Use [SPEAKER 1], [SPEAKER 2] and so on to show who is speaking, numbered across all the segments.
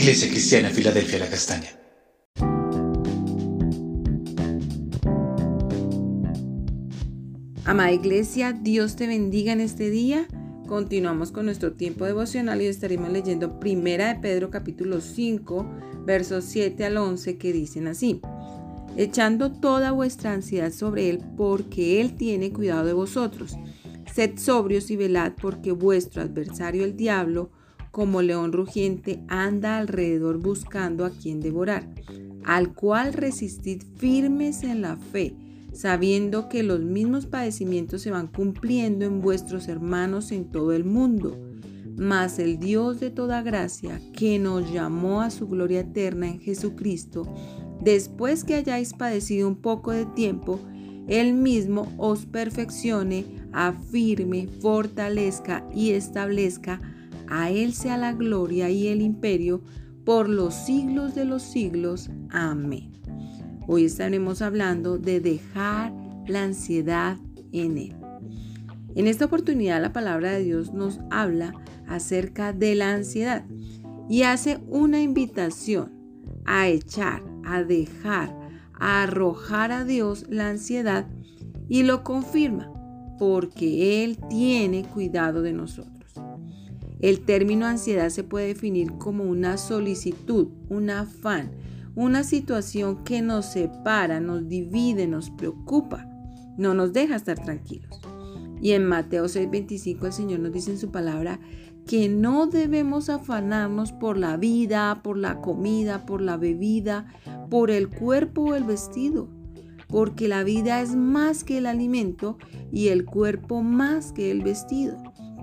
[SPEAKER 1] Iglesia Cristiana Filadelfia La Castaña.
[SPEAKER 2] Amada Iglesia, Dios te bendiga en este día. Continuamos con nuestro tiempo devocional y estaremos leyendo 1 de Pedro capítulo 5, versos 7 al 11, que dicen así: echando toda vuestra ansiedad sobre Él, porque Él tiene cuidado de vosotros. Sed sobrios y velad, porque vuestro adversario el diablo, como león rugiente, anda alrededor buscando a quien devorar, al cual resistid firmes en la fe, sabiendo que los mismos padecimientos se van cumpliendo en vuestros hermanos en todo el mundo. Mas el Dios de toda gracia, que nos llamó a su gloria eterna en Jesucristo, después que hayáis padecido un poco de tiempo, Él mismo os perfeccione, afirme, fortalezca y establezca. A Él sea la gloria y el imperio por los siglos de los siglos. Amén. Hoy estaremos hablando de dejar la ansiedad en Él. En esta oportunidad la palabra de Dios nos habla acerca de la ansiedad y hace una invitación a echar, a dejar, a arrojar a Dios la ansiedad, y lo confirma porque Él tiene cuidado de nosotros. El término ansiedad se puede definir como una solicitud, un afán, una situación que nos separa, nos divide, nos preocupa, no nos deja estar tranquilos. Y en Mateo 6:25 el Señor nos dice en su palabra que no debemos afanarnos por la vida, por la comida, por la bebida, por el cuerpo o el vestido, porque la vida es más que el alimento y el cuerpo más que el vestido.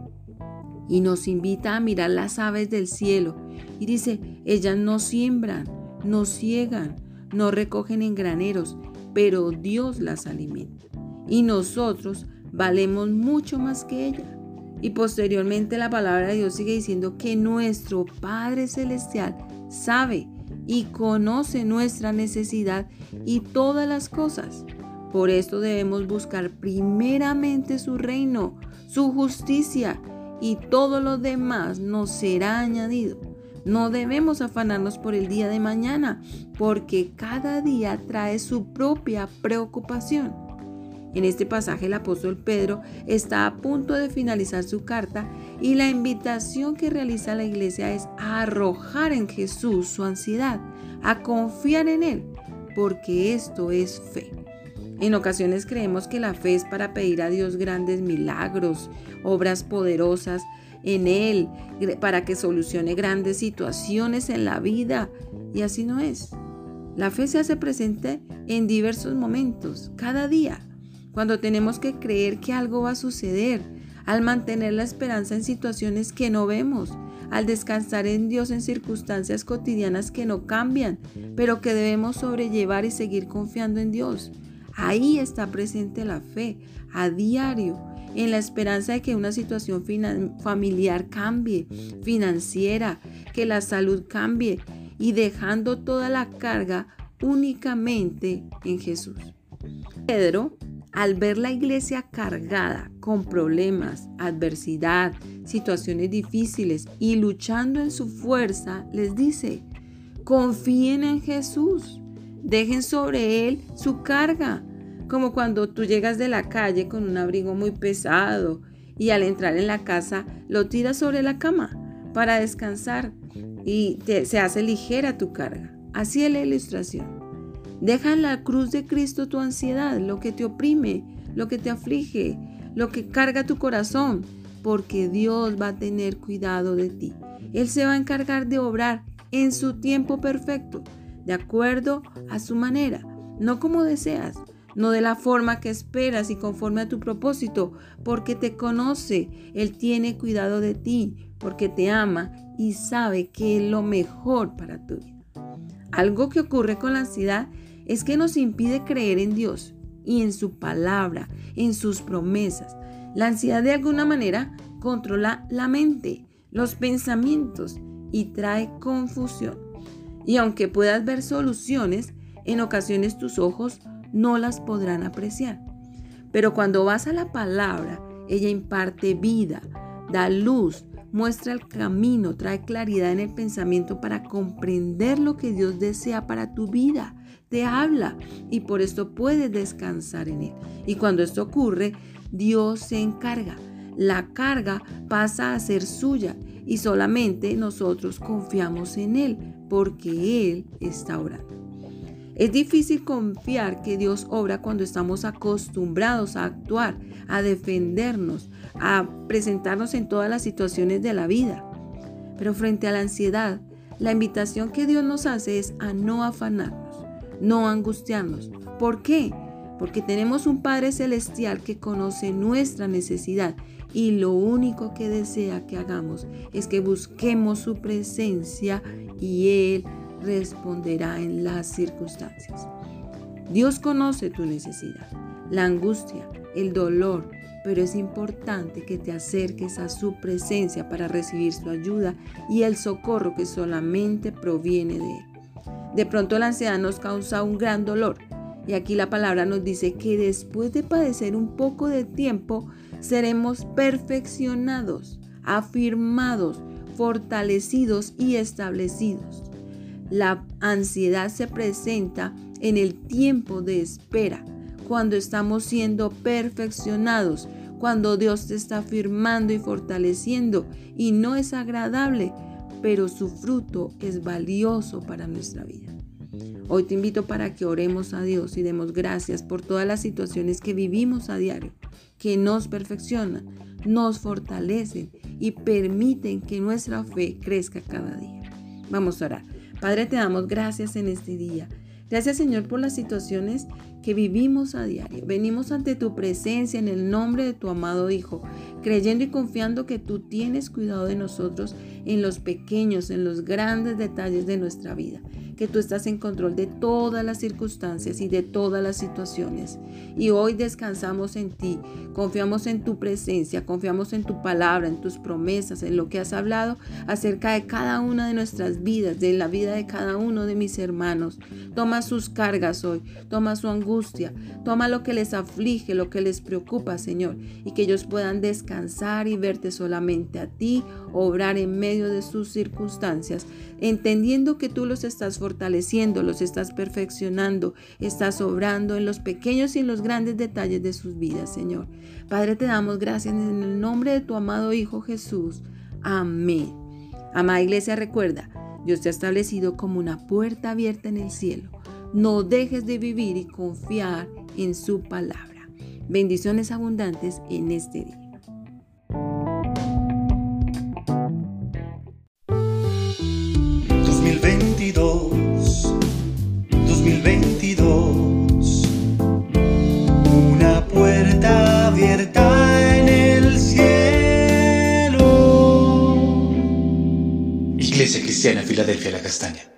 [SPEAKER 2] Y nos invita a mirar las aves del cielo y dice, ellas no siembran, no ciegan, no recogen en graneros, pero Dios las alimenta. Y nosotros valemos mucho más que ella. Y posteriormente la palabra de Dios sigue diciendo que nuestro Padre Celestial sabe y conoce nuestra necesidad y todas las cosas. Por esto debemos buscar primeramente su reino, su justicia, y todo lo demás nos será añadido. No debemos afanarnos por el día de mañana, porque cada día trae su propia preocupación. En este pasaje el apóstol Pedro está a punto de finalizar su carta y la invitación que realiza a la iglesia es a arrojar en Jesús su ansiedad, a confiar en Él, porque esto es fe. En ocasiones creemos que la fe es para pedir a Dios grandes milagros, obras poderosas en Él, para que solucione grandes situaciones en la vida, y así no es. La fe se hace presente en diversos momentos, cada día, cuando tenemos que creer que algo va a suceder, al mantener la esperanza en situaciones que no vemos, al descansar en Dios en circunstancias cotidianas que no cambian, pero que debemos sobrellevar y seguir confiando en Dios. Ahí está presente la fe, a diario, en la esperanza de que una situación familiar cambie, financiera, que la salud cambie, y dejando toda la carga únicamente en Jesús. Pedro, al ver la iglesia cargada con problemas, adversidad, situaciones difíciles y luchando en su fuerza, les dice: confíen en Jesús. Dejen sobre Él su carga, como cuando tú llegas de la calle con un abrigo muy pesado y al entrar en la casa lo tiras sobre la cama para descansar y se hace ligera tu carga. Así es la ilustración. Deja en la cruz de Cristo tu ansiedad, lo que te oprime, lo que te aflige, lo que carga tu corazón, porque Dios va a tener cuidado de ti. Él se va a encargar de obrar en su tiempo perfecto, de acuerdo a su manera, no como deseas, no de la forma que esperas y conforme a tu propósito, porque te conoce. Él tiene cuidado de ti, porque te ama y sabe que es lo mejor para tu vida. Algo que ocurre con la ansiedad es que nos impide creer en Dios y en su palabra, en sus promesas. La ansiedad de alguna manera controla la mente, los pensamientos y trae confusión. Y aunque puedas ver soluciones, en ocasiones tus ojos no las podrán apreciar. Pero cuando vas a la palabra, ella imparte vida, da luz, muestra el camino, trae claridad en el pensamiento para comprender lo que Dios desea para tu vida. Te habla y por esto puedes descansar en Él. Y cuando esto ocurre, Dios se encarga. La carga pasa a ser suya y solamente nosotros confiamos en Él porque Él está obrando. Es difícil confiar que Dios obra cuando estamos acostumbrados a actuar, a defendernos, a presentarnos en todas las situaciones de la vida. Pero frente a la ansiedad, la invitación que Dios nos hace es a no afanarnos, no angustiarnos. ¿Por qué? Porque tenemos un Padre Celestial que conoce nuestra necesidad y lo único que desea que hagamos es que busquemos su presencia y Él responderá en las circunstancias. Dios conoce tu necesidad, la angustia, el dolor, pero es importante que te acerques a su presencia para recibir su ayuda y el socorro que solamente proviene de Él. De pronto la ansiedad nos causa un gran dolor y aquí la palabra nos dice que después de padecer un poco de tiempo seremos perfeccionados, afirmados, fortalecidos y establecidos. La ansiedad se presenta en el tiempo de espera, cuando estamos siendo perfeccionados, cuando Dios te está afirmando y fortaleciendo y no es agradable, pero su fruto es valioso para nuestra vida. Hoy te invito para que oremos a Dios y demos gracias por todas las situaciones que vivimos a diario, que nos perfeccionan, nos fortalecen y permiten que nuestra fe crezca cada día. Vamos a orar. Padre, te damos gracias en este día. Gracias, Señor, por las situaciones que vivimos a diario. Venimos ante tu presencia en el nombre de tu amado Hijo, creyendo y confiando que tú tienes cuidado de nosotros en los pequeños, en los grandes detalles de nuestra vida, que tú estás en control de todas las circunstancias y de todas las situaciones. Y hoy descansamos en ti, confiamos en tu presencia, confiamos en tu palabra, en tus promesas, en lo que has hablado acerca de cada una de nuestras vidas, de la vida de cada uno de mis hermanos. Toma sus cargas hoy, toma su angustia, toma lo que les aflige, lo que les preocupa, Señor, y que ellos puedan descansar y verte solamente a ti, obrar en medio de sus circunstancias, entendiendo que tú los estás fortaleciendo, los estás perfeccionando, estás obrando en los pequeños y en los grandes detalles de sus vidas, Señor. Padre, te damos gracias en el nombre de tu amado Hijo Jesús. Amén. Amada iglesia, recuerda, Dios te ha establecido como una puerta abierta en el cielo. No dejes de vivir y confiar en su palabra. Bendiciones abundantes en este día. Una puerta abierta en el cielo.
[SPEAKER 1] Iglesia Cristiana Filadelfia La Castaña.